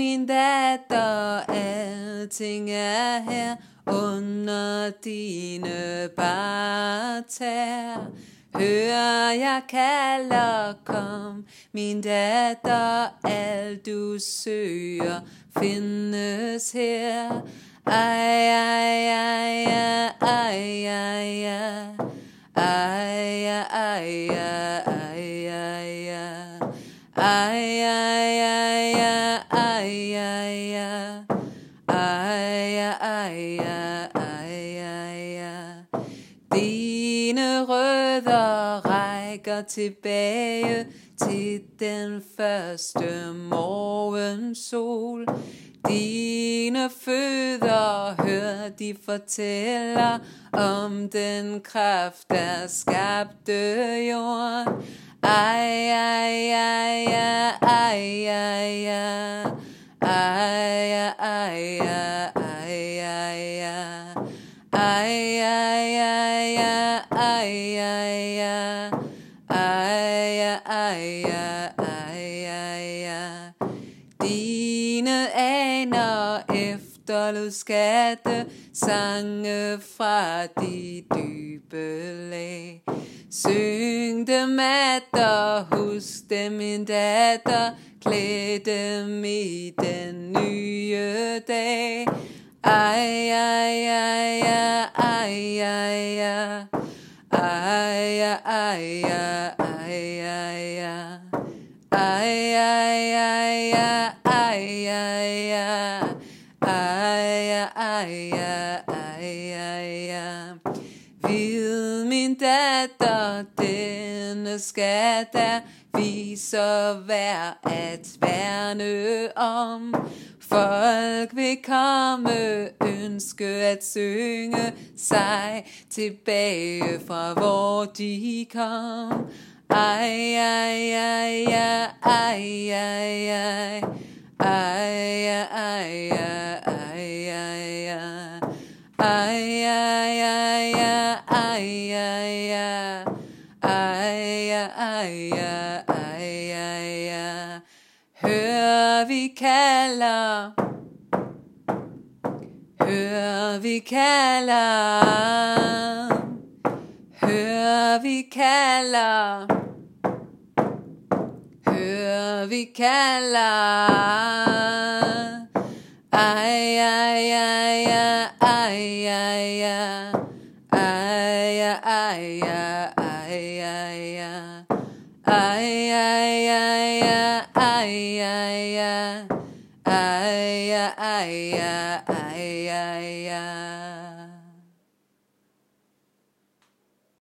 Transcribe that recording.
min datter, alting er her under dine bare tær. Hør, jeg kalder, kom, min datter, alt du søger findes her. Ej, ej, ej, ej, ej, ej, ej, ej, ej, ej, ej, ej, ej, ej, ej. Dine rødder rækker tilbage til den første morgensol. Dine fødder, hør, de fortæller om den kraft, der skabte jorden. Ej, ej, ej, ej, ej, ej, ej, ej, ej, dine aner efterlod skatte, sange fra de dybe lag. Syng dem atter, husk dem min datter, klæd dem i den nye dag. Ej, ej, ej, ej, ej, ej, ej, ej, ej, ej, ej, ej. Vid min datter, denne skat der viser værd at værne om. Folk vil komme, ønske at synge sig tilbage fra hvor de kom. Ej, ej, ej, ej, ej, ej, ej, ej, ej. Hør, vi kalder, hør, vi kalder, hør, vi kalder, hør, vi kalder. Ej, ej, ej, ej, ej, ej, ej, ej, ej, ej.